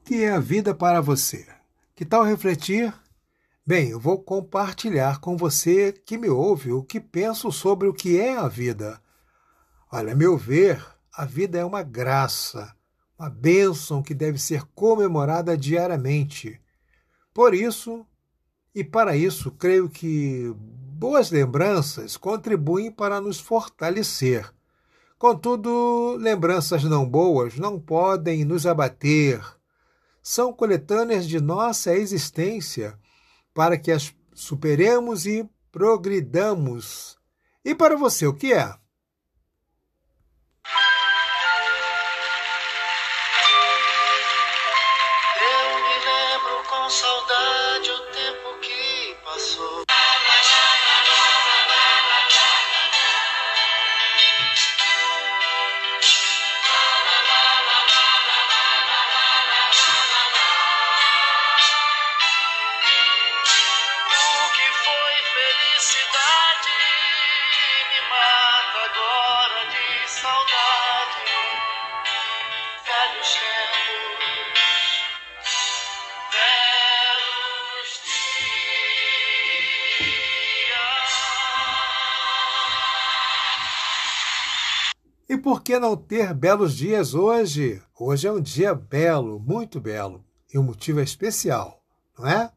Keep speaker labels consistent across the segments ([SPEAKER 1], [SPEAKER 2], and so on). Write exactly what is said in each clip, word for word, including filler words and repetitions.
[SPEAKER 1] que é a vida para você? Que tal refletir? Bem, eu vou compartilhar com você que me ouve o que penso sobre o que é a vida. Olha, a meu ver, a vida é uma graça, uma bênção que deve ser comemorada diariamente. Por isso, e para isso, creio que boas lembranças contribuem para nos fortalecer. Contudo, lembranças não boas não podem nos abater. São coletâneas de nossa existência para que as superemos e progridamos. E para você, o que é?
[SPEAKER 2] Eu me lembro com saudade o tempo que passou.
[SPEAKER 1] E por que não ter belos dias hoje? Hoje é um dia belo, muito belo. E o motivo é especial, não é?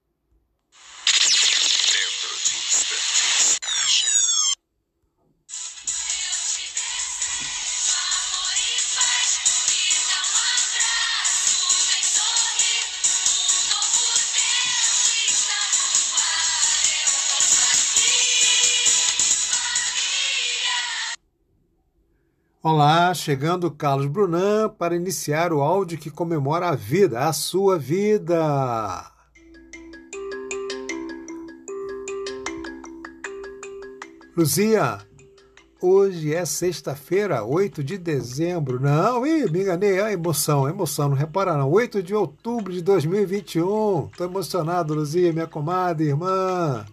[SPEAKER 1] Olá, chegando Carlos Brunan para iniciar o áudio que comemora a vida, a sua vida. Luzia, hoje é sexta-feira, oito de dezembro. Não, ih, me enganei, a emoção, emoção, não repara não. oito de outubro de dois mil e vinte e um. Estou emocionado, Luzia, minha comadre, irmã.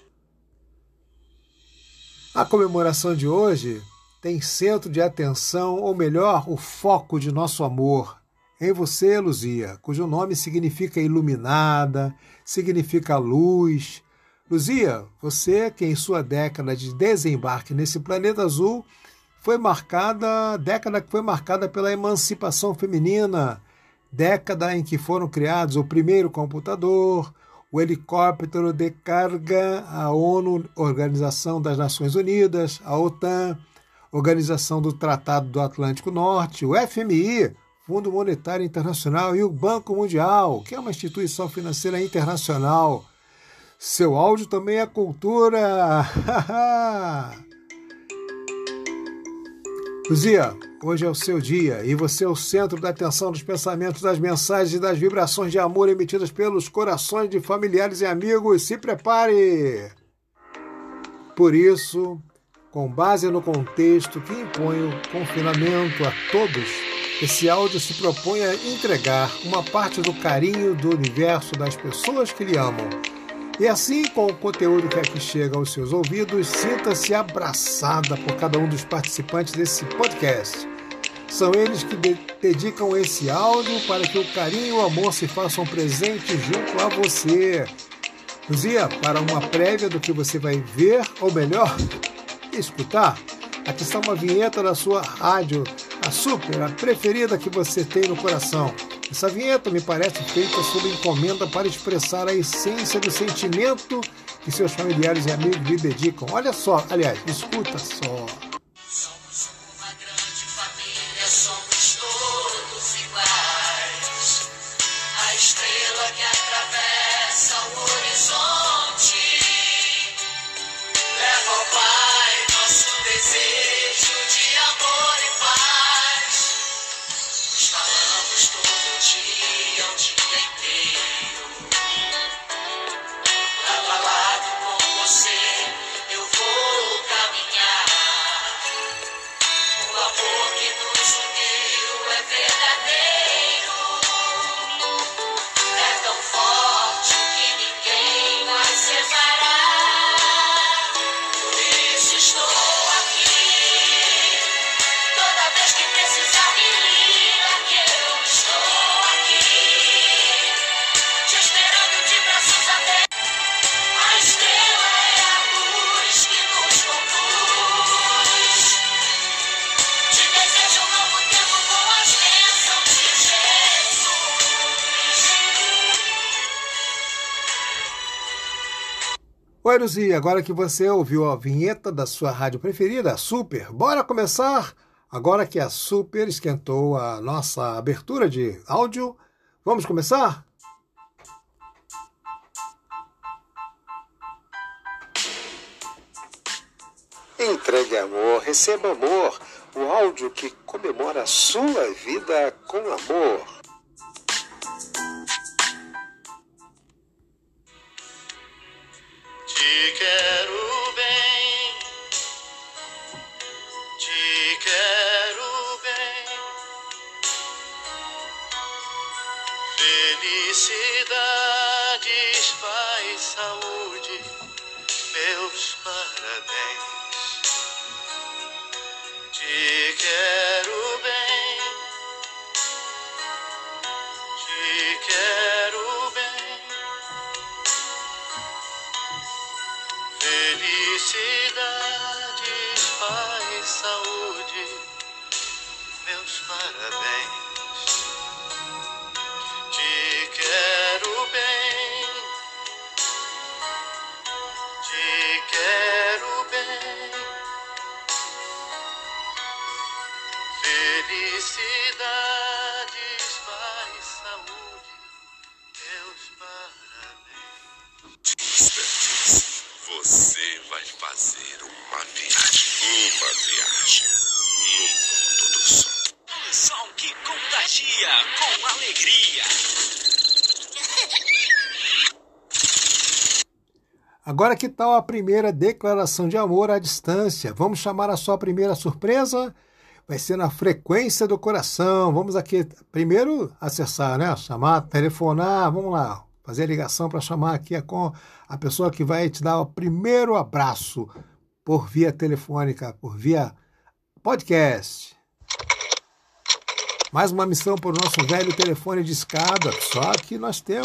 [SPEAKER 1] A comemoração de hoje tem centro de atenção, ou melhor, o foco de nosso amor, em você, Luzia, cujo nome significa iluminada, significa luz. Luzia, você que em sua década de desembarque nesse planeta azul foi marcada, década que foi marcada pela emancipação feminina, década em que foram criados o primeiro computador, o helicóptero de carga, a ONU, Organização das Nações Unidas, a OTAN, Organização do Tratado do Atlântico Norte, o F M I, Fundo Monetário Internacional, e o Banco Mundial, que é uma instituição financeira internacional. Seu áudio também é cultura. Luzia, hoje é o seu dia e você é o centro da atenção dos pensamentos, das mensagens e das vibrações de amor emitidas pelos corações de familiares e amigos. Se prepare! Por isso, com base no contexto que impõe o confinamento a todos, esse áudio se propõe a entregar uma parte do carinho do universo das pessoas que lhe amam. E assim, com o conteúdo que aqui chega aos seus ouvidos, sinta-se abraçada por cada um dos participantes desse podcast. São eles que de- dedicam esse áudio para que o carinho e o amor se façam presentes junto a você. Luzia, para uma prévia do que você vai ver, ou melhor, escutar, aqui está uma vinheta da sua rádio, a super, a preferida que você tem no coração. Essa vinheta me parece feita sob encomenda para expressar a essência do sentimento que seus familiares e amigos lhe dedicam. Olha só, aliás, escuta só.
[SPEAKER 2] Somos uma grande família, somos todos iguais. A estrela que atravessa o horizonte leva ao Pai nosso desejo de amor e paz. Nos falamos todo dia, o dia inteiro. Lado a lado com você eu vou caminhar.
[SPEAKER 1] Oi, Luzia, agora que você ouviu a vinheta da sua rádio preferida, Super, bora começar? Agora que a Super esquentou a nossa abertura de áudio, vamos começar? Entregue amor, receba amor, o áudio que comemora a sua vida com amor.
[SPEAKER 2] Te quero bem, te quero bem, felicidades, paz, saúde, meus parabéns. Te quero bem, te quero bem, felicidades, paz, saúde, meus parabéns. Te quero bem, te quero bem, felicidades, paz, saúde, meus parabéns.
[SPEAKER 3] Você vai fazer uma viagem, uma viagem no mundo do som. Um som que contagia com alegria.
[SPEAKER 1] Agora que tal a primeira declaração de amor à distância? Vamos chamar a sua primeira surpresa? Vai ser na frequência do coração. Vamos aqui primeiro acessar, né? Chamar, telefonar, vamos lá. Fazer a ligação para chamar aqui a, com a pessoa que vai te dar o primeiro abraço por via telefônica, por via podcast. Mais uma missão para o nosso velho telefone de escada, só que nós temos...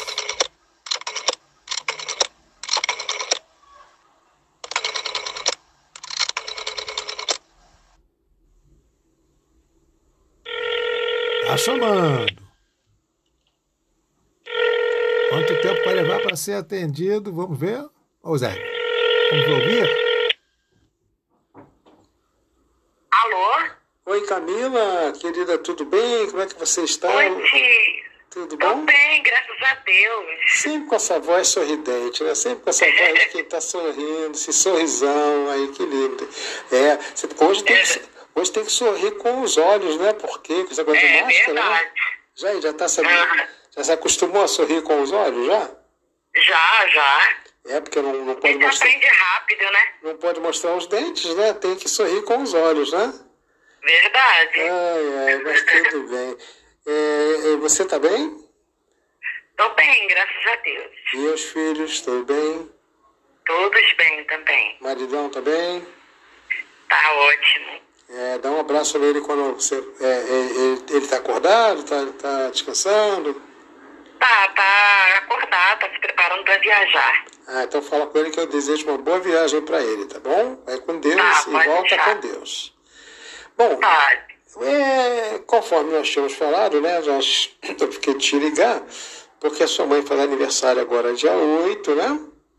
[SPEAKER 1] Tá chamando. Quanto tempo vai levar para ser atendido? Vamos ver. Ô Zé, vamos ouvir?
[SPEAKER 4] Alô?
[SPEAKER 1] Oi Camila, querida, tudo bem? Como é que você está?
[SPEAKER 4] Oi, Ti.
[SPEAKER 1] Tudo
[SPEAKER 4] Tô
[SPEAKER 1] bom?
[SPEAKER 4] bem, graças a Deus.
[SPEAKER 1] Sempre com essa voz sorridente, né? Sempre com essa voz de quem está sorrindo, esse sorrisão aí, que lindo. É, você- hoje tem que, hoje tem que sorrir com os olhos, né? Porque com essa coisa de
[SPEAKER 4] É
[SPEAKER 1] máscara,
[SPEAKER 4] verdade.
[SPEAKER 1] né? Já, já, tá sabendo,
[SPEAKER 4] Aham.
[SPEAKER 1] já se acostumou a sorrir com os olhos, já?
[SPEAKER 4] Já, já.
[SPEAKER 1] É, porque não, não
[SPEAKER 4] A
[SPEAKER 1] pode
[SPEAKER 4] gente
[SPEAKER 1] mostrar,
[SPEAKER 4] aprende rápido, né?
[SPEAKER 1] não pode mostrar os dentes, né? Tem que sorrir com os olhos, né?
[SPEAKER 4] Verdade.
[SPEAKER 1] Ai, ai, mas tudo bem. É, é, você tá bem?
[SPEAKER 4] Tô bem, graças a Deus.
[SPEAKER 1] E os filhos, estão bem?
[SPEAKER 4] Todos bem também.
[SPEAKER 1] Maridão tá bem?
[SPEAKER 4] Tá ótimo.
[SPEAKER 1] É, dá um abraço nele quando você... É, é, ele, ele tá acordado? Tá, tá descansando?
[SPEAKER 4] Tá, tá acordado, tá se preparando pra viajar.
[SPEAKER 1] Ah, então fala com ele que eu desejo uma boa viagem para ele, tá bom? Vai com Deus
[SPEAKER 4] Tá,
[SPEAKER 1] e
[SPEAKER 4] pode
[SPEAKER 1] volta
[SPEAKER 4] deixar.
[SPEAKER 1] com Deus. Bom,
[SPEAKER 4] Tá.
[SPEAKER 1] é, conforme nós tínhamos falado, né? Já eu fiquei de te ligar, porque a sua mãe faz aniversário agora dia oito, né?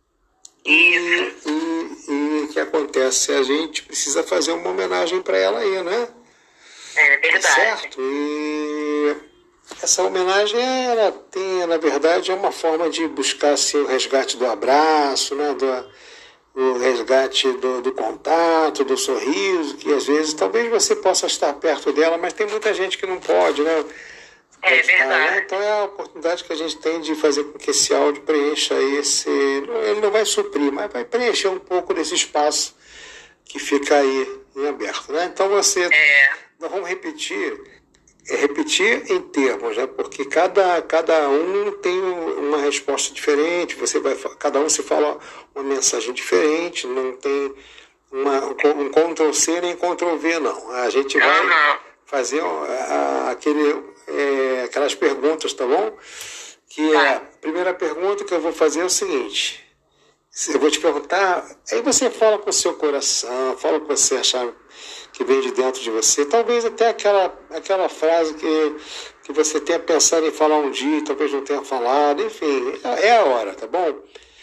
[SPEAKER 4] Isso.
[SPEAKER 1] E, e o que acontece? A gente precisa fazer uma homenagem para ela aí, né?
[SPEAKER 4] É verdade.
[SPEAKER 1] Certo? E essa homenagem, ela tem, na verdade, é uma forma de buscar assim, o resgate do abraço, né? do, o resgate do, do contato, do sorriso, que às vezes talvez você possa estar perto dela, mas tem muita gente que não pode, né?
[SPEAKER 4] É
[SPEAKER 1] Pode estar, né?
[SPEAKER 4] verdade.
[SPEAKER 1] Então é a oportunidade que a gente tem de fazer com que esse áudio preencha esse... Ele não vai suprir, mas vai preencher um pouco desse espaço que fica aí em aberto, né? Então você...
[SPEAKER 4] É.
[SPEAKER 1] Nós vamos repetir, é repetir em termos, né? Porque cada, cada um tem uma resposta diferente, você vai, cada um se fala uma mensagem diferente, não tem uma, um control C nem control V, não. A gente vai
[SPEAKER 4] Aham.
[SPEAKER 1] fazer a- a- aquele, é, aquelas perguntas, tá bom? Que é, a primeira pergunta que eu vou fazer é o seguinte: eu vou te perguntar, aí você fala com o seu coração, fala o que você achar que vem de dentro de você, talvez até aquela, aquela frase que, que você tenha pensado em falar um dia, talvez não tenha falado, enfim, é é a hora, tá bom?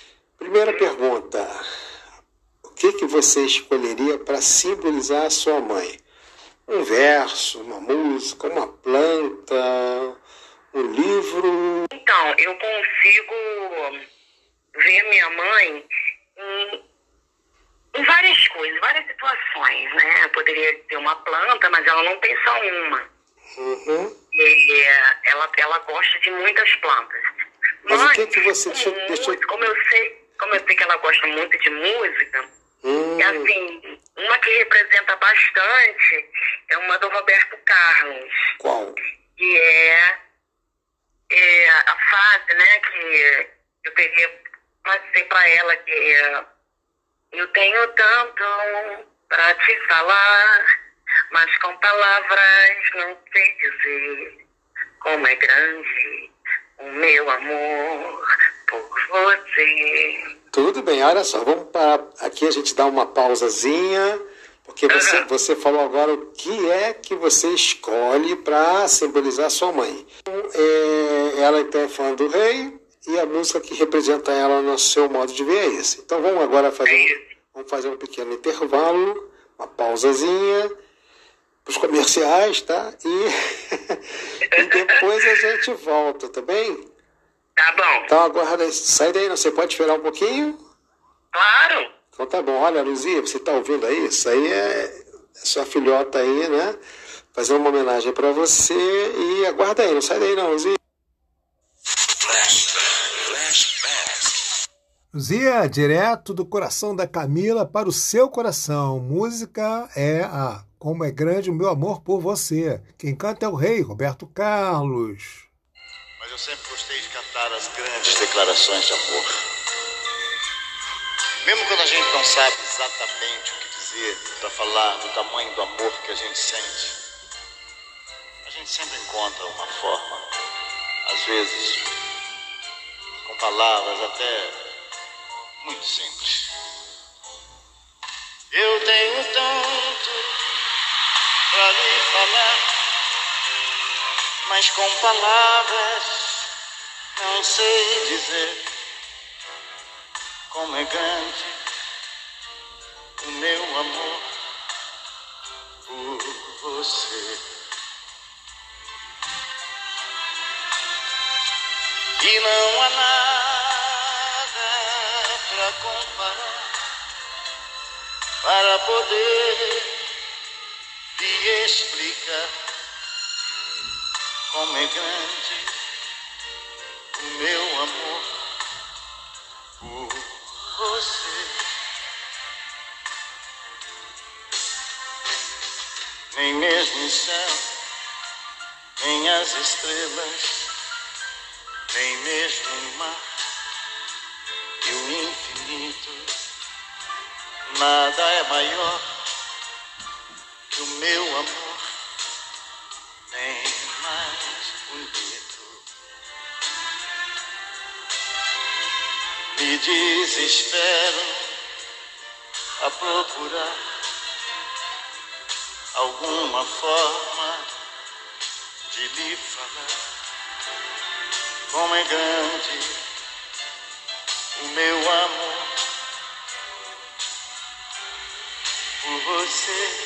[SPEAKER 1] Primeira pergunta. O que, que você escolheria para simbolizar a sua mãe? Um verso, uma música, uma planta, um livro?
[SPEAKER 4] Então, eu consigo ver minha mãe em, em várias coisas, várias situações, né? Eu poderia ter uma planta, mas ela não tem só uma.
[SPEAKER 1] Uhum.
[SPEAKER 4] E ela, ela gosta de muitas plantas.
[SPEAKER 1] Mas,
[SPEAKER 4] Mas
[SPEAKER 1] o que, que você... Deixa,
[SPEAKER 4] como,
[SPEAKER 1] deixa...
[SPEAKER 4] como eu sei, como eu sei que ela gosta muito de música,
[SPEAKER 1] Hum.
[SPEAKER 4] é assim, uma que representa bastante é uma do Roberto Carlos.
[SPEAKER 1] Qual?
[SPEAKER 4] Que é, é a fase, né, que eu teria para dizer para ela que é, eu tenho tanto para te falar, mas com palavras não sei dizer como é grande o meu amor por você.
[SPEAKER 1] Tudo bem, olha só, vamos parar aqui, a gente dá uma pausazinha, porque você,
[SPEAKER 4] Uhum.
[SPEAKER 1] você falou agora o que é que você escolhe para simbolizar sua mãe. É, ela então é fã do rei e a música que representa ela no seu modo de ver é esse. Então vamos agora fazer, um, vamos fazer um pequeno intervalo, uma pausazinha para os comerciais, tá? E, e depois a gente volta, tá bem?
[SPEAKER 4] Tá bom.
[SPEAKER 1] Então aguarda, sai daí, não, você pode esperar um pouquinho?
[SPEAKER 4] Claro.
[SPEAKER 1] Então tá bom, olha, Luzia, você tá ouvindo aí? Isso aí é, é sua filhota aí, né? Fazer uma homenagem pra você e aguarda aí, não sai daí não, Luzia.
[SPEAKER 3] Flashback, flashback.
[SPEAKER 1] Luzia, direto do coração da Camila para o seu coração. Música é a Como é Grande o Meu Amor por Você. Quem canta é o rei, Roberto Carlos.
[SPEAKER 5] Mas eu sempre gostei de cantar as grandes declarações de amor. Mesmo quando a gente não sabe exatamente o que dizer para falar do tamanho do amor que a gente sente, a gente sempre encontra uma forma, às vezes com palavras até muito simples. Eu tenho tanto para lhe falar, mas com palavras não sei dizer como é grande o meu amor por você. E não há nada para comparar, para poder lhe explicar como é grande o meu amor por você. Nem mesmo o céu, nem as estrelas, nem mesmo o mar e o infinito, nada é maior que o meu amor, nem mais bonito. Me desespero a procurar alguma forma de lhe falar como é grande o meu amor por você.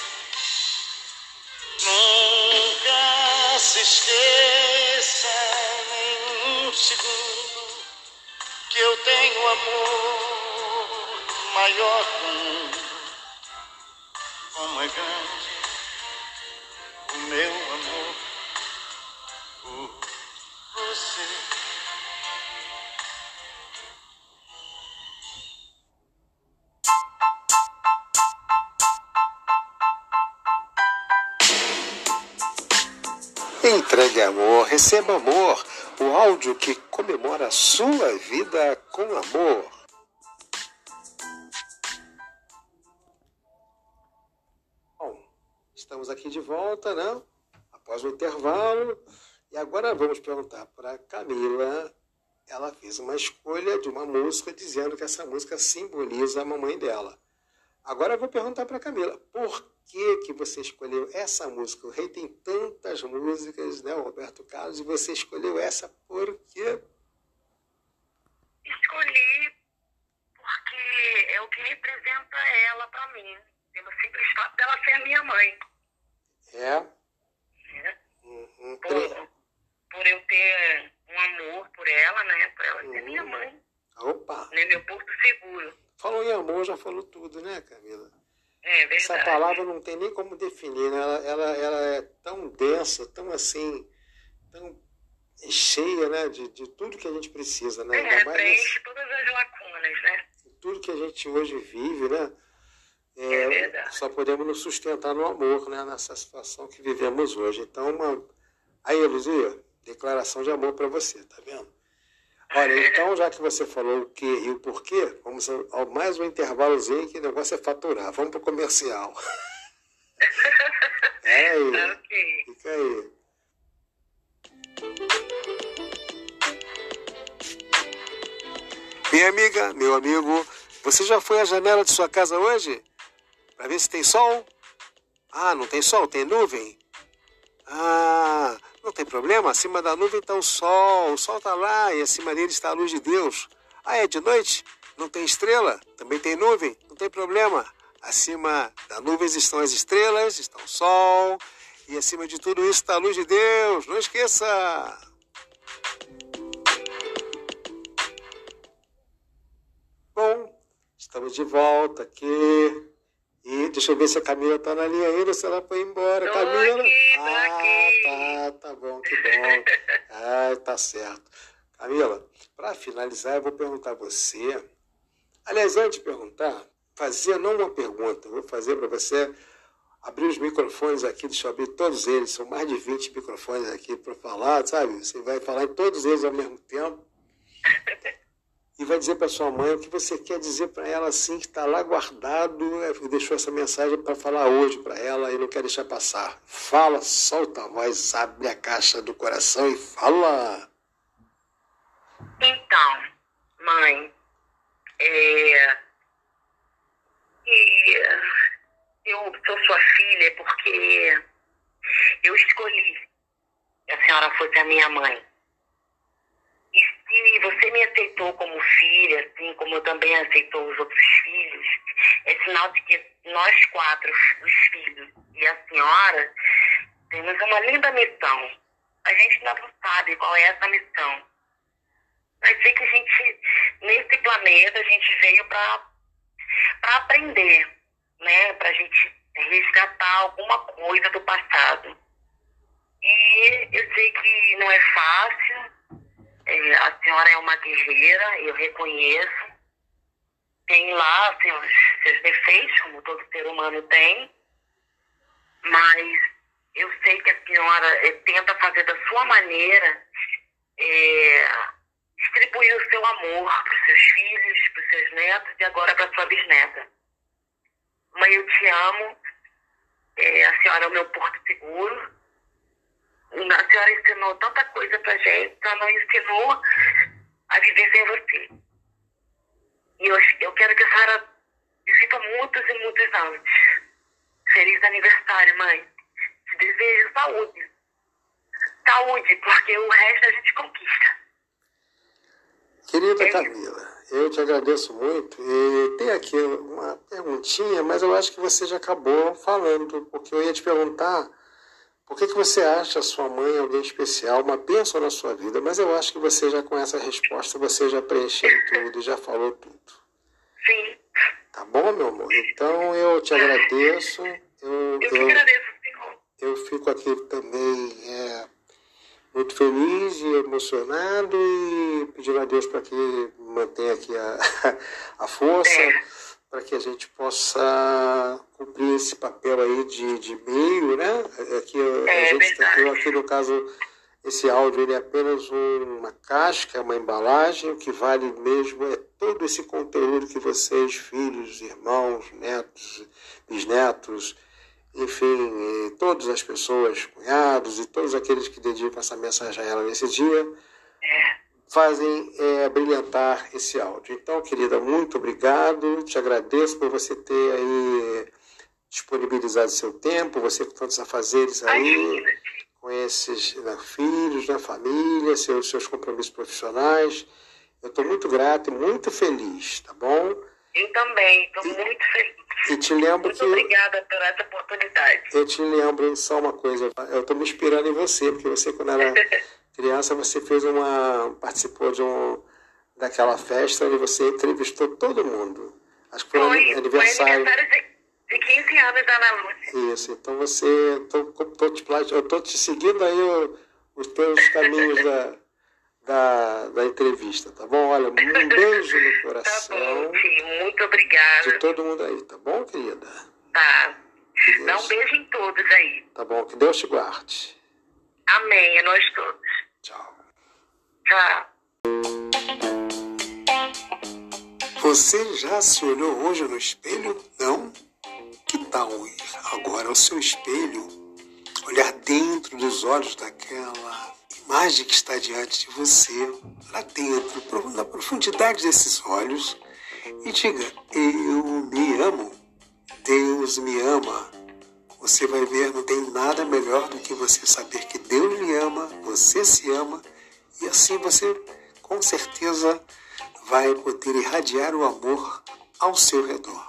[SPEAKER 5] Nunca se esqueça nem um segundo que eu tenho amor maior do mundo. Como é grande o meu amor por você.
[SPEAKER 1] Entregue amor, receba amor, o áudio que comemora a sua vida com amor. Bom, estamos aqui de volta, né? Após o intervalo. E agora vamos perguntar para Camila. Ela fez uma escolha de uma música dizendo que essa música simboliza a mamãe dela. Agora eu vou perguntar para Camila, por que que você escolheu essa música? O rei tem tantas músicas, né, o Roberto Carlos, e você escolheu essa por quê?
[SPEAKER 4] Escolhi o que representa ela para mim, pelo simples fato dela ser minha mãe.
[SPEAKER 1] É?
[SPEAKER 4] Né?
[SPEAKER 1] Uhum.
[SPEAKER 4] Por, por eu ter um amor por ela, né? Por ela ser
[SPEAKER 1] Uhum.
[SPEAKER 4] minha mãe.
[SPEAKER 1] Opa!
[SPEAKER 4] Né? Meu porto seguro.
[SPEAKER 1] Falou em amor, já falou tudo, né, Camila?
[SPEAKER 4] É verdade.
[SPEAKER 1] Essa palavra não tem nem como definir, né? Ela, ela, ela é tão densa, tão assim, tão cheia, né, de, de tudo que a gente precisa, né?
[SPEAKER 4] É,
[SPEAKER 1] Ainda mais nesse-
[SPEAKER 4] preenche todas as lacunas, né?
[SPEAKER 1] tudo que a gente hoje vive, né? É,
[SPEAKER 4] É verdade.
[SPEAKER 1] só podemos nos sustentar no amor, né? Nessa situação que vivemos hoje. Então, uma... aí, Luzia, declaração de amor para você, tá vendo? Olha, então, já que você falou o que e o porquê, vamos ao mais um intervalozinho, que o negócio é faturar. Vamos pro comercial. É aí,
[SPEAKER 4] Ok.
[SPEAKER 1] fica aí. Minha amiga, meu amigo, você já foi à janela de sua casa hoje? Para ver se tem sol? Ah, não tem sol, tem nuvem? Ah, não tem problema, acima da nuvem está o sol, o sol está lá e acima dele está a luz de Deus. Ah, é de noite? Não tem estrela? Também tem nuvem? Não tem problema. Acima das nuvens estão as estrelas, está o sol e acima de tudo isso está a luz de Deus. Não esqueça! Bom, estamos de volta aqui. E deixa eu ver se a Camila tá na linha ainda, se ela foi embora.
[SPEAKER 4] Tô
[SPEAKER 1] Camila?
[SPEAKER 4] aqui, tô
[SPEAKER 1] ah,
[SPEAKER 4] aqui.
[SPEAKER 1] tá, tá bom, que bom. Ah, tá certo. Camila, para finalizar, eu vou perguntar a você. Aliás, antes de perguntar, fazer não uma pergunta, eu vou fazer para você abrir os microfones aqui, deixa eu abrir todos eles, são mais de vinte microfones aqui para falar, sabe? Você vai falar em todos eles ao mesmo tempo. E vai dizer para sua mãe o que você quer dizer para ela assim, que está lá guardado, é, deixou essa mensagem para falar hoje para ela e não quer deixar passar. Fala, solta a voz, abre a caixa do coração e fala.
[SPEAKER 4] Então, mãe, é, e eu sou sua filha porque eu escolhi que a senhora fosse a minha mãe. E se você me aceitou como filha, assim como eu também aceitou os outros filhos, é sinal de que nós quatro, os filhos e a senhora, temos uma linda missão. A gente ainda não sabe qual é essa missão. Mas sei que a gente, nesse planeta, a gente veio para para aprender, né? Para a gente resgatar alguma coisa do passado. E eu sei que não é fácil. É, a senhora é uma guerreira, eu reconheço. Tem lá seus, seus defeitos, como todo ser humano tem. Mas eu sei que a senhora é, tenta fazer da sua maneira, é, distribuir o seu amor para os seus filhos, para os seus netos e agora para a sua bisneta. Mãe, eu te amo. É, a senhora é o meu porto seguro. A senhora ensinou tanta coisa pra gente, só não ensinou a viver sem você. E eu, eu quero que a senhora viva muitos e muitos anos. Feliz aniversário, mãe. Te desejo saúde. Saúde, porque o resto a gente conquista.
[SPEAKER 1] Querida Camila, eu te agradeço muito. E tem aqui uma perguntinha, mas eu acho que você já acabou falando, porque eu ia te perguntar por que, que você acha a sua mãe alguém especial, uma bênção na sua vida, mas eu acho que você já com essa resposta, você já preencheu tudo, já falou tudo.
[SPEAKER 4] Sim.
[SPEAKER 1] Tá bom, meu amor? Então eu te agradeço. Eu,
[SPEAKER 4] Eu que
[SPEAKER 1] eu,
[SPEAKER 4] agradeço, senhor.
[SPEAKER 1] eu fico aqui também é, muito feliz e emocionado e pedindo a Deus para que mantenha aqui a, a força,
[SPEAKER 4] É.
[SPEAKER 1] para que a gente possa cumprir esse papel aí de, de meio, né? Aqui, a
[SPEAKER 4] É
[SPEAKER 1] gente tá,
[SPEAKER 4] verdade.
[SPEAKER 1] eu aqui no caso, esse áudio ele é apenas um- uma casca, uma embalagem, o que vale mesmo é todo esse conteúdo que vocês, filhos, irmãos, netos, bisnetos, enfim, e todas as pessoas, cunhados e todos aqueles que dedicam essa mensagem a ela nesse dia, fazem é, brilhantar esse áudio. Então, querida, muito obrigado, te agradeço por você ter aí disponibilizado seu tempo, você com tantos afazeres aí,
[SPEAKER 4] Imagina.
[SPEAKER 1] com esses né, filhos, né, família, seus, seus compromissos profissionais. Eu estou muito grato e muito feliz, tá bom?
[SPEAKER 4] Eu também, estou muito feliz.
[SPEAKER 6] E te lembro
[SPEAKER 4] Muito
[SPEAKER 6] que...
[SPEAKER 4] obrigada por essa oportunidade.
[SPEAKER 6] Eu te lembro só uma coisa, eu estou me inspirando em você, porque você, quando era criança, você fez uma... participou de um... daquela festa onde você entrevistou todo mundo. Acho que foi,
[SPEAKER 4] Foi,
[SPEAKER 6] aniversário.
[SPEAKER 4] foi aniversário de, de quinze anos da Ana Lúcia.
[SPEAKER 6] Isso, então você... Tô, tô te, eu estou te seguindo aí o, os teus caminhos da, da, da entrevista, tá bom? Olha, um beijo no coração.
[SPEAKER 4] Tá bom, Tim, muito obrigada.
[SPEAKER 6] De todo mundo aí, tá bom, querida?
[SPEAKER 4] Tá.
[SPEAKER 6] Deus.
[SPEAKER 4] Dá um beijo em todos aí.
[SPEAKER 6] Tá bom, que Deus te guarde.
[SPEAKER 4] Amém, é nós todos.
[SPEAKER 6] Tchau.
[SPEAKER 4] Tchau.
[SPEAKER 1] Você já se olhou hoje no espelho? Não? Que tal ir agora ao seu espelho, olhar dentro dos olhos daquela imagem que está diante de você, lá dentro, na profundidade desses olhos, e diga: eu me amo, Deus me ama. Você vai ver, não tem nada melhor do que você saber que Deus lhe ama, você se ama, e assim você, com certeza, vai poder irradiar o amor ao seu redor.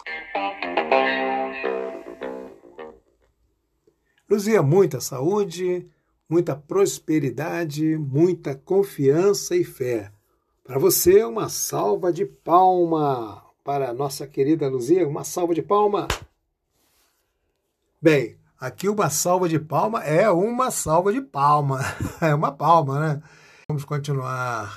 [SPEAKER 1] Luzia, muita saúde, muita prosperidade, muita confiança e fé. Para você, uma salva de palma. Para a nossa querida Luzia, uma salva de palma. Bem, aqui uma salva de palma é uma salva de palma. É uma palma, né? Vamos continuar.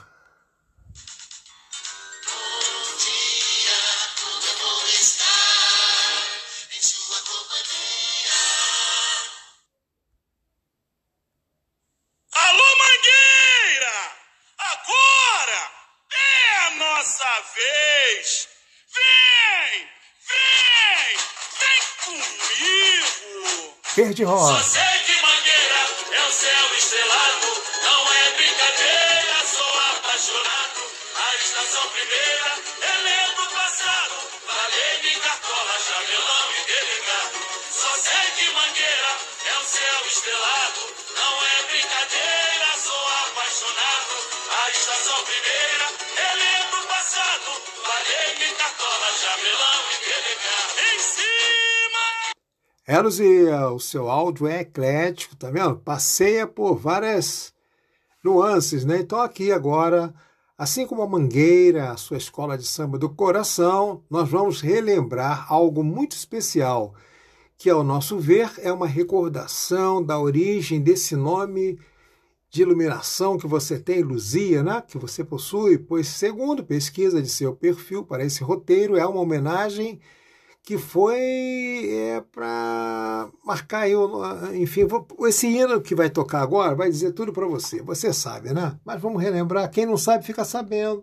[SPEAKER 3] Vez. Vem! Vem! Vem comigo!
[SPEAKER 1] Verde rosa.
[SPEAKER 3] Só sei que Mangueira é o céu estrelado. Não é brincadeira, sou apaixonado. A estação primeira, eu lembro o passado. Falei de cartola, jamelão e delegado. Só sei que Mangueira é o céu estrelado. Não é brincadeira, sou apaixonado. A estação primeira, eu lembro o passado. Falei de cartola, jamelão e delegado. Em cima!
[SPEAKER 1] É, Luzia, o seu áudio é eclético, tá vendo? Passeia por várias nuances, né? Então aqui agora, assim como a Mangueira, a sua escola de samba do coração, nós vamos relembrar algo muito especial, que ao nosso ver é uma recordação da origem desse nome de iluminação que você tem, Luzia, né? Que você possui, pois segundo pesquisa de seu perfil para esse roteiro, é uma homenagem que foi é, para marcar, aí, enfim, esse hino que vai tocar agora vai dizer tudo para você, você sabe, né? Mas vamos relembrar, quem não sabe fica sabendo.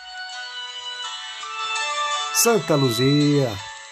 [SPEAKER 1] Santa Luzia.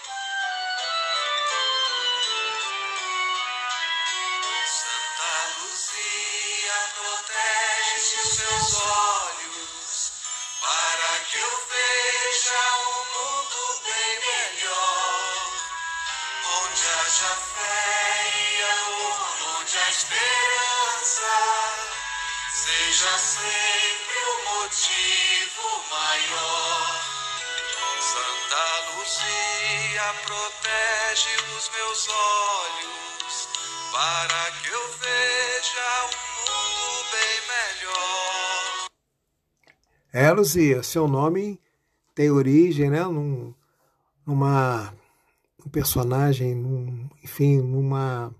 [SPEAKER 3] Seja sempre o motivo maior. Santa Luzia protege os meus olhos, para que eu veja um mundo bem melhor.
[SPEAKER 1] É, Luzia, seu nome tem origem, né, num, numa um personagem, num, enfim, numa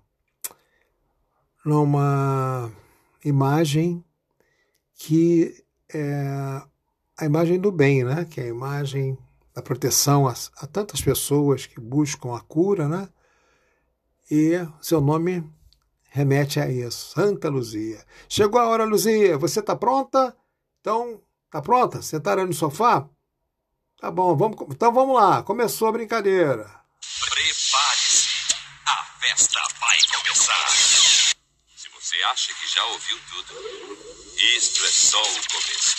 [SPEAKER 1] numa imagem que é a imagem do bem, né? Que é a imagem da proteção a, a tantas pessoas que buscam a cura, né? E seu nome remete a isso, Santa Luzia. Chegou a hora, Luzia, você está pronta? Então, tá pronta? Sentada no sofá? Tá bom, vamos, então vamos lá, começou a brincadeira.
[SPEAKER 3] Prepare-se, a festa vai começar. Se você acha que já ouviu tudo, isto é só o começo.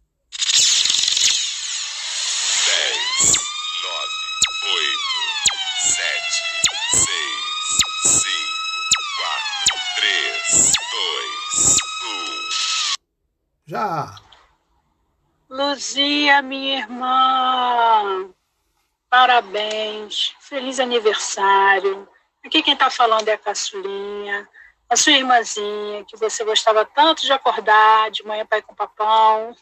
[SPEAKER 3] dez, nove, oito, sete, seis, cinco, quatro, três, dois, um.
[SPEAKER 1] Já.
[SPEAKER 7] Luzia, minha irmã. parabéns, feliz aniversário. Aqui quem está falando é a caçulinha, a sua irmãzinha, que você gostava tanto de acordar de manhã para ir com o papão.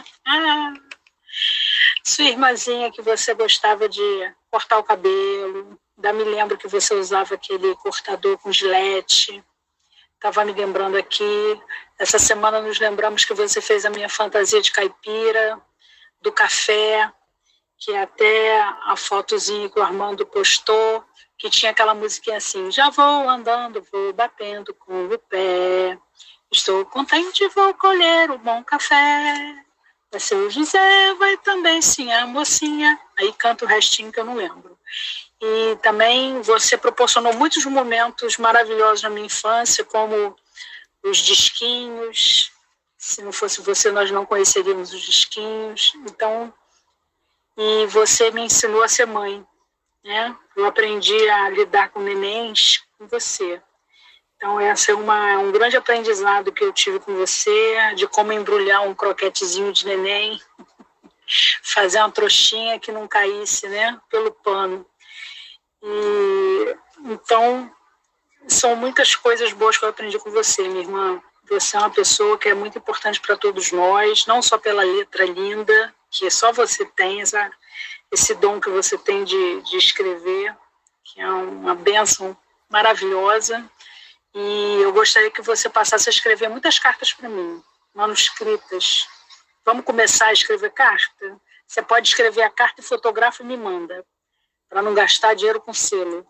[SPEAKER 7] Sua irmãzinha que você gostava de cortar o cabelo. Ainda me lembro que você usava aquele cortador com gilete. Estava me lembrando aqui. Essa semana nos lembramos que você fez a minha fantasia de caipira, do café, que até a fotozinha que o Armando postou, que tinha aquela musiquinha assim: já vou andando, vou batendo com o pé, estou contente, vou colher o bom café, vai ser o José, vai também sim a mocinha. Aí canta o restinho que eu não lembro. E também você proporcionou muitos momentos maravilhosos na minha infância, como os disquinhos. Se não fosse você, nós não conheceríamos os disquinhos. Então, e você me ensinou a ser mãe, né? Eu aprendi a lidar com nenéns com você. Então, esse é uma, um grande aprendizado que eu tive com você, de como embrulhar um croquetezinho de neném, fazer uma trouxinha que não caísse, né, pelo pano. E, então, são muitas coisas boas que eu aprendi com você, minha irmã. Você é uma pessoa que é muito importante para todos nós, não só pela letra linda, que só você tem, essa, esse dom que você tem de, de escrever, que é uma bênção maravilhosa. E eu gostaria que você passasse a escrever muitas cartas para mim, manuscritas. Vamos começar a escrever carta? Você pode escrever a carta e fotografa e me manda, para não gastar dinheiro com selo.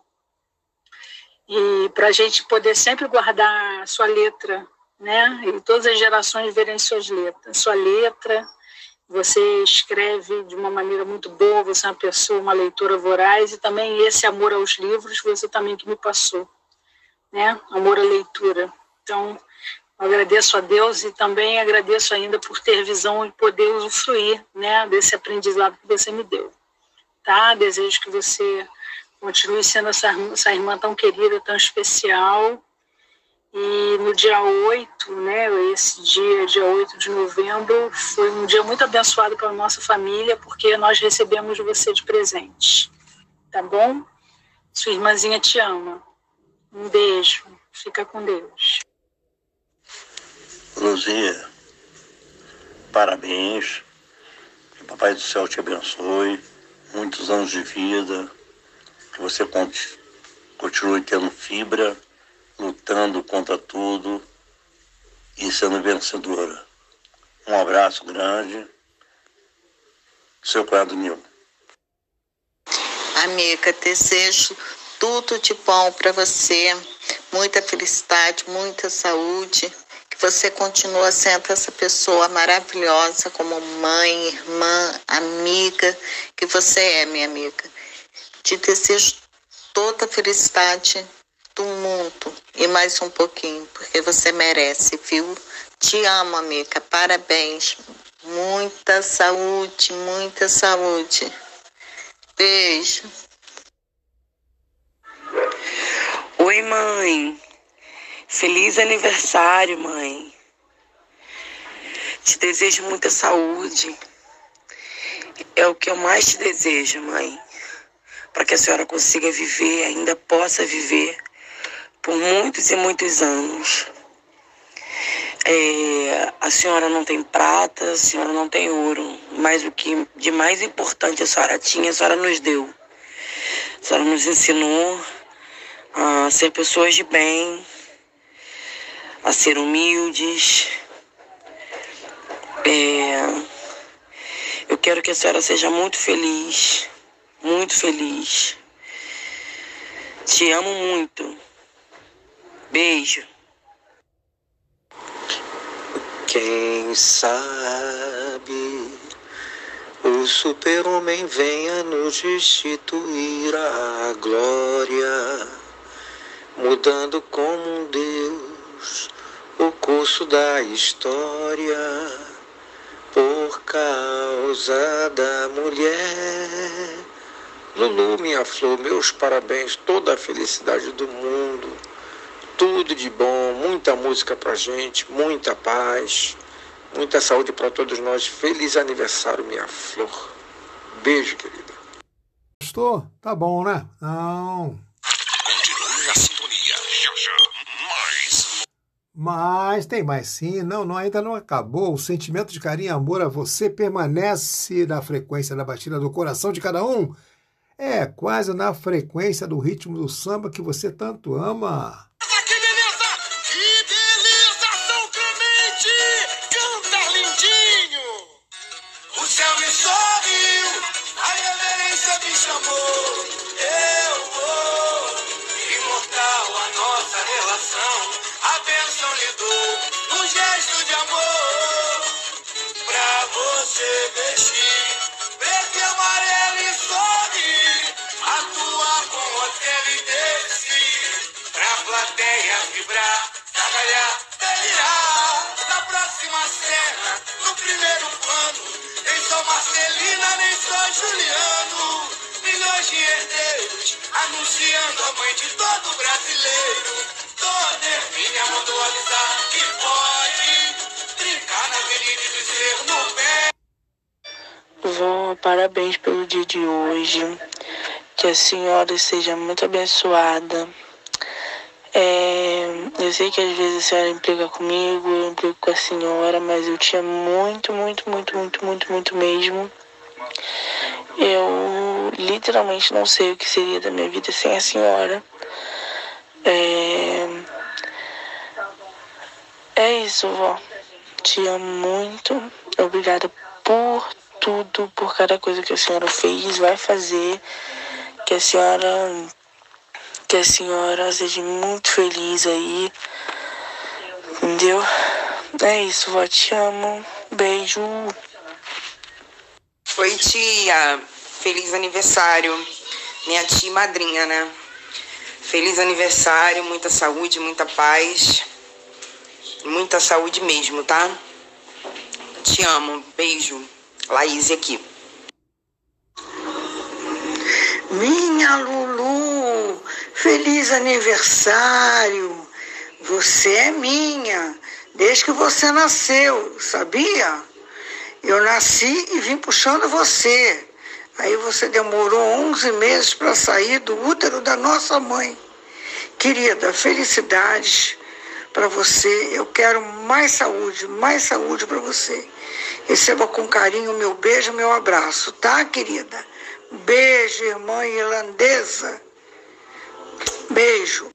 [SPEAKER 7] E para a gente poder sempre guardar a sua letra, né? E todas as gerações verem suas letras. Sua letra, você escreve de uma maneira muito boa, você é uma pessoa, uma leitora voraz, e também esse amor aos livros, você também que me passou, né? Amor à leitura. Então, eu agradeço a Deus e também agradeço ainda por ter visão e poder usufruir, né, desse aprendizado que você me deu. Tá? Desejo que você continue sendo essa, essa irmã tão querida, tão especial. E no dia oito, né, esse dia, dia oito de novembro, foi um dia muito abençoado para a nossa família, porque nós recebemos você de presente. Tá bom? Sua irmãzinha te ama. Um beijo. Fica com Deus.
[SPEAKER 8] Luzia, parabéns. Que o Papai do Céu te abençoe. Muitos anos de vida. Que você continue tendo fibra, lutando contra tudo e sendo vencedora. Um abraço grande. Seu cunhado Nil.
[SPEAKER 9] Amiga, desejo tudo de bom para você. Muita felicidade, muita saúde. Que você continue sendo essa pessoa maravilhosa como mãe, irmã, amiga que você é, minha amiga. Te desejo toda a felicidade do mundo e mais um pouquinho, porque você merece, viu? Te amo, amiga. Parabéns. Muita saúde, muita saúde. Beijo.
[SPEAKER 10] Oi, mãe. Feliz aniversário, mãe. Te desejo muita saúde. É o que eu mais te desejo, mãe. Para que a senhora consiga viver, ainda possa viver por muitos e muitos anos. É, a senhora não tem prata, a senhora não tem ouro, mas o que de mais importante a senhora tinha, a senhora nos deu. A senhora nos ensinou a ser pessoas de bem, a ser humildes. É, eu quero que a senhora seja muito feliz, muito feliz. Te amo muito. Beijo.
[SPEAKER 11] Quem sabe o super-homem venha nos destituir a glória, mudando como um Deus o curso da história, por causa da mulher. Lulu, minha flor, meus parabéns, toda a felicidade do mundo, tudo de bom, muita música pra gente, muita paz, muita saúde para todos nós. Feliz aniversário, minha flor. Beijo, querida.
[SPEAKER 1] gostou? Tá bom, né? Não.
[SPEAKER 3] Continue na sintonia. Já, já. Mais.
[SPEAKER 1] Mas tem mais sim. Não, não, ainda não acabou. O sentimento de carinho e amor a você permanece na frequência da batida do coração de cada um. É, quase na frequência do ritmo do samba que você tanto ama.
[SPEAKER 2] Que beleza! Que beleza, São Clemente! Canta lindinho! O céu me sorriu, a reverência me chamou. Eu vou, imortal a nossa relação. A bênção lhe dou, um gesto de amor. Pra você vestir, preto e amarelo e sorrir. Atuar com hotel e descer. Pra plateia vibrar, gargalhar, delirar. Na próxima cena, no primeiro plano, nem sou Marcelina, nem sou Juliano. Milhões de herdeiros, anunciando a mãe de todo brasileiro. Dona Hermínia mandou avisar que pode brincar na avenida e dizer no pé.
[SPEAKER 10] Vó, parabéns pelo dia de hoje. Que a senhora seja muito abençoada. É, eu sei que às vezes a senhora implica comigo, eu implico com a senhora, mas eu te amo muito, muito, muito, muito, muito, muito mesmo. Eu literalmente não sei o que seria da minha vida sem a senhora. É, é isso, vó. Te amo muito. Obrigada por tudo, por cada coisa que a senhora fez, vai fazer. Que a senhora, que a senhora seja muito feliz aí, entendeu? É isso, vó, te amo. Beijo.
[SPEAKER 12] Oi, tia. Feliz aniversário. Minha tia e madrinha, né? Feliz aniversário, muita saúde, muita paz. Muita saúde mesmo, tá? Te amo. Beijo. Laís aqui.
[SPEAKER 13] Minha Lulu, feliz aniversário. Você é minha, desde que você nasceu, sabia? Eu nasci e vim puxando você. Aí você demorou onze meses para sair do útero da nossa mãe. Querida, felicidades para você. Eu quero mais saúde, mais saúde para você. Receba com carinho o meu beijo, meu abraço, tá, querida? Beijo, irmã irlandesa. Beijo.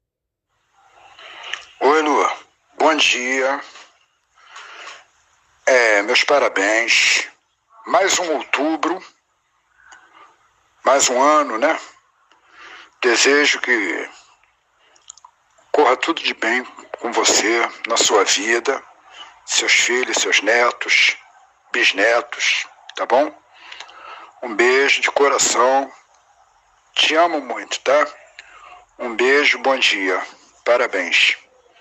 [SPEAKER 14] Oi, Lu. Bom dia. É, meus parabéns. Mais um outubro. Mais um ano, né? Desejo que corra tudo de bem com você, na sua vida, seus filhos, seus netos, bisnetos, tá bom? Um beijo de coração. Te amo muito, tá? Um beijo, bom dia. Parabéns.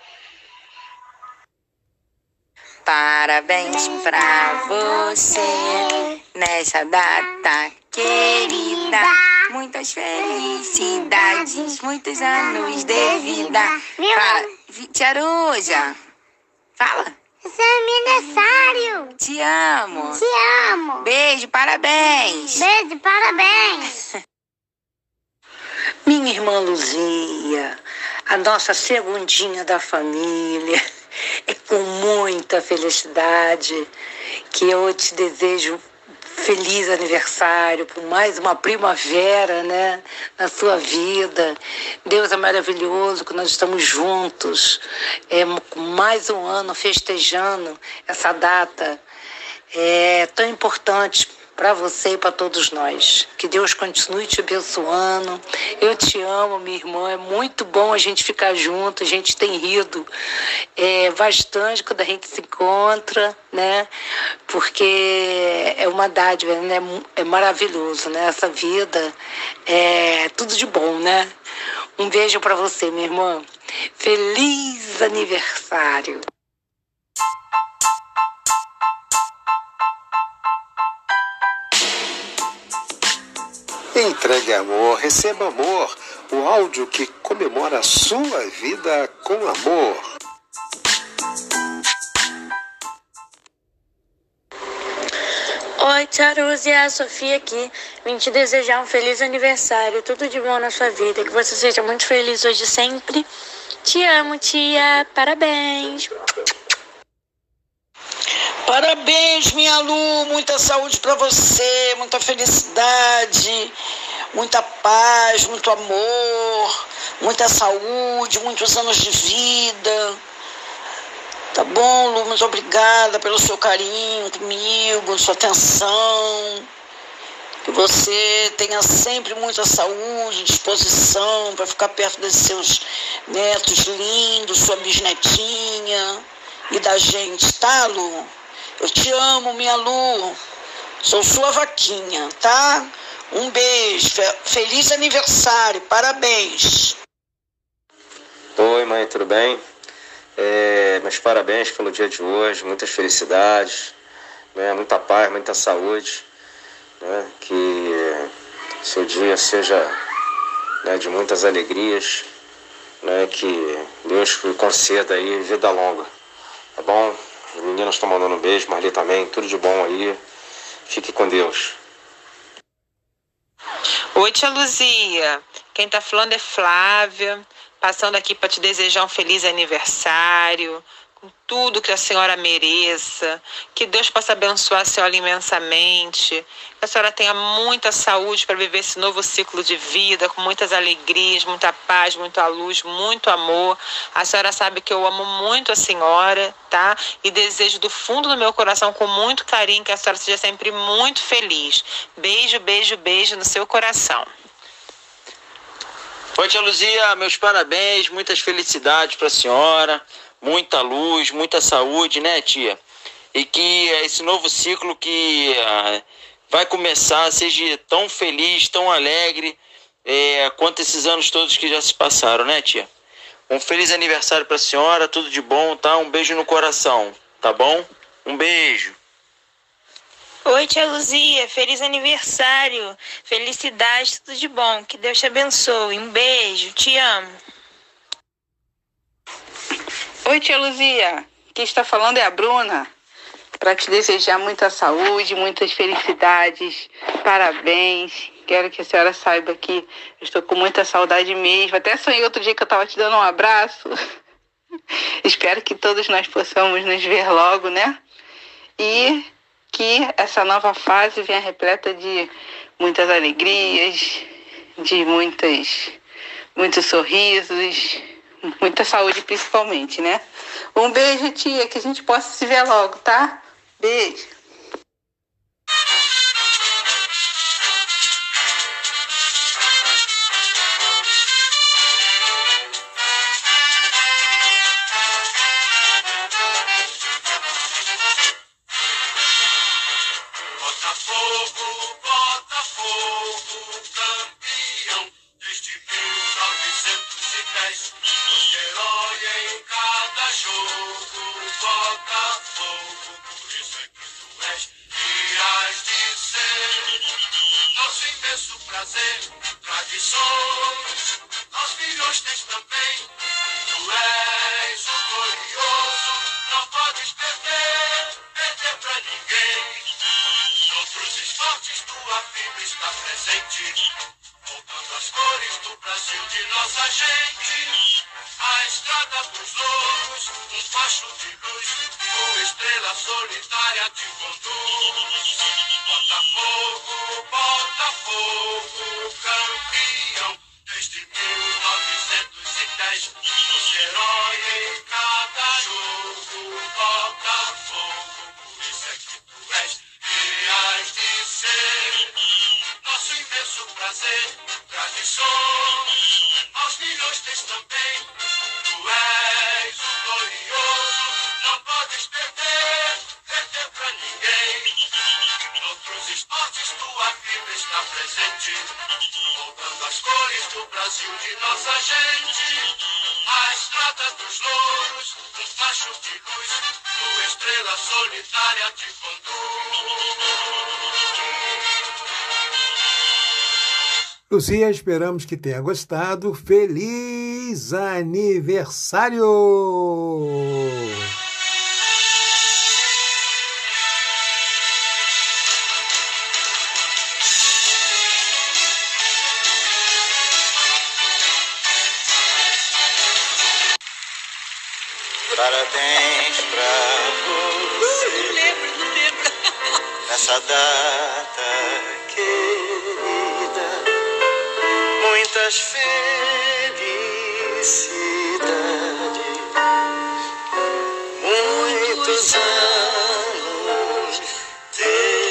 [SPEAKER 15] Parabéns pra você nessa data querida. Muitas felicidades, muitos anos de vida. Fala, tia Aruja. Fala.
[SPEAKER 16] Esse é meu aniversário.
[SPEAKER 15] Te amo.
[SPEAKER 16] Te amo.
[SPEAKER 15] Beijo, parabéns.
[SPEAKER 16] Beijo, parabéns.
[SPEAKER 13] Minha irmã Luzia, a nossa segundinha da família, é com muita felicidade que eu te desejo feliz aniversário, por mais uma primavera, né, na sua vida. Deus é maravilhoso que nós estamos juntos, é, mais um ano festejando essa data é, tão importante para você e para todos nós. Que Deus continue te abençoando. Eu te amo, minha irmã. É muito bom a gente ficar junto. A gente tem rido é, bastante quando a gente se encontra, né? Porque é uma dádiva, né? É maravilhoso, né? Essa vida é tudo de bom, né? Um beijo para você, minha irmã. Feliz aniversário.
[SPEAKER 6] Entregue amor, receba amor, o áudio que comemora a sua vida com amor.
[SPEAKER 7] Oi, tia Luzia, a Sofia aqui. Vim te desejar um feliz aniversário, tudo de bom na sua vida, que você seja muito feliz hoje sempre. Te amo, tia. Parabéns.
[SPEAKER 17] Parabéns, minha Lu. Muita saúde para você, muita felicidade, muita paz, muito amor, muita saúde, muitos anos de vida. Tá bom, Lu? Muito obrigada pelo seu carinho comigo, sua atenção. Que você tenha sempre muita saúde, disposição para ficar perto desses seus netos lindos, sua bisnetinha e da gente, tá, Lu? Eu te amo, minha Lu. Sou sua vaquinha, tá? Um beijo. Feliz aniversário. Parabéns.
[SPEAKER 18] Oi, mãe, tudo bem? É, meus parabéns pelo dia de hoje. Muitas felicidades, né? Muita paz, muita saúde. Né? Que seu dia seja, né, de muitas alegrias. Né? Que Deus conceda aí vida longa. Tá bom? Os meninos estão mandando um beijo, Marli também, tudo de bom aí. Fique com Deus.
[SPEAKER 12] Oi, tia Luzia. Quem tá falando é Flávia, passando aqui para te desejar um feliz aniversário, com tudo que a senhora mereça, que Deus possa abençoar a senhora imensamente, que a senhora tenha muita saúde para viver esse novo ciclo de vida, com muitas alegrias, muita paz, muita luz, muito amor. A senhora sabe que eu amo muito a senhora, tá? E desejo do fundo do meu coração, com muito carinho, que a senhora seja sempre muito feliz. Beijo, beijo, beijo no seu coração.
[SPEAKER 19] Oi, tia Luzia, meus parabéns, muitas felicidades para a senhora, muita luz, muita saúde, né, tia? E que esse novo ciclo que uh, vai começar seja tão feliz, tão alegre, é, quanto esses anos todos que já se passaram, né, tia? Um feliz aniversário para a senhora, tudo de bom, tá? Um beijo no coração, tá bom? Um beijo.
[SPEAKER 15] Oi, tia Luzia, feliz aniversário, felicidade, tudo de bom, que Deus te abençoe, um beijo, te amo.
[SPEAKER 10] Oi, tia Luzia, quem está falando é a Bruna, para te desejar muita saúde, muitas felicidades, parabéns. Quero que a senhora saiba que eu estou com muita saudade mesmo, até sonhei outro dia que eu estava te dando um abraço. Espero que todos nós possamos nos ver logo, né? E que essa nova fase venha repleta de muitas alegrias, de muitas, muitos sorrisos, muita saúde principalmente, né? Um beijo, tia, que a gente possa se ver logo, tá? Beijo.
[SPEAKER 2] Botafogo, Botafogo, campeão desde mil novecentos e dez. O herói em cada jogo, Botafogo, por isso é que tu és e hás de ser nosso imenso prazer, tradições, aos filhos tens também. Tu és o glorioso, não podes perder, perder pra ninguém. Outros esportes, tua fibra está presente, voltando as cores do Brasil de nossa gente. A estrada dos louros, um facho de luz, tua estrela solitária te conduz. Botafogo, Botafogo, campeão, desde mil novecentos e dez. Você herói em cada jogo, Botafogo, por isso é que tu és e hás de ser nosso imenso prazer, tradições, aos milhões tens também. Tu és o glorioso, não podes perder, perder pra ninguém. Noutros esportes tua fibra está presente, voltando as cores do Brasil de nossa gente. A estrada dos louros, um facho de luz, tua estrela solitária te conduz.
[SPEAKER 1] Luzia, esperamos que tenha gostado. Feliz aniversário!
[SPEAKER 5] Parabéns pra você. Uh, não lembro, não lembro. Nessa data querida, muitas felicidades, muitos anos de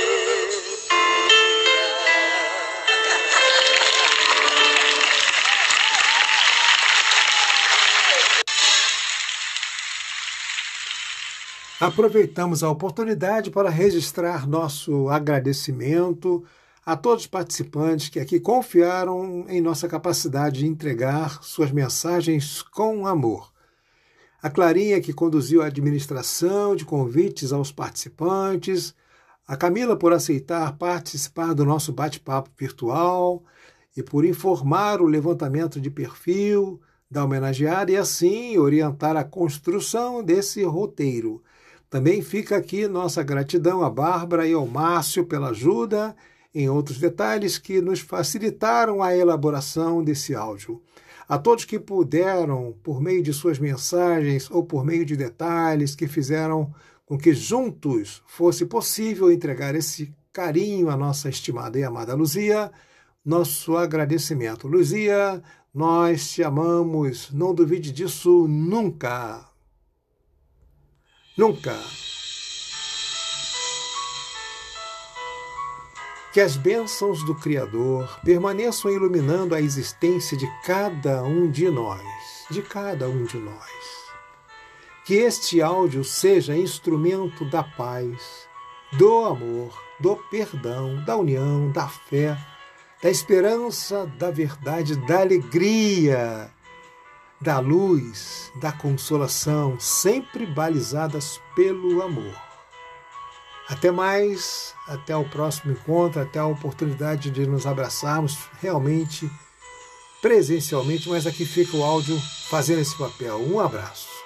[SPEAKER 1] Aproveitamos a oportunidade para registrar nosso agradecimento a todos os participantes que aqui confiaram em nossa capacidade de entregar suas mensagens com amor. A Clarinha, que conduziu a administração de convites aos participantes, a Camila por aceitar participar do nosso bate-papo virtual e por informar o levantamento de perfil da homenageada e assim orientar a construção desse roteiro. Também fica aqui nossa gratidão a Bárbara e ao Márcio pela ajuda em outros detalhes que nos facilitaram a elaboração desse áudio. A todos que puderam, por meio de suas mensagens ou por meio de detalhes que fizeram com que juntos fosse possível entregar esse carinho à nossa estimada e amada Luzia, nosso agradecimento. Luzia, nós te amamos, não duvide disso nunca. Nunca. Que as bênçãos do Criador permaneçam iluminando a existência de cada um de nós, de cada um de nós. Que este áudio seja instrumento da paz, do amor, do perdão, da união, da fé, da esperança, da verdade, da alegria, da luz, da consolação, sempre balizadas pelo amor. Até mais, até o próximo encontro, até a oportunidade de nos abraçarmos realmente, presencialmente, mas aqui fica o áudio fazendo esse papel. Um abraço.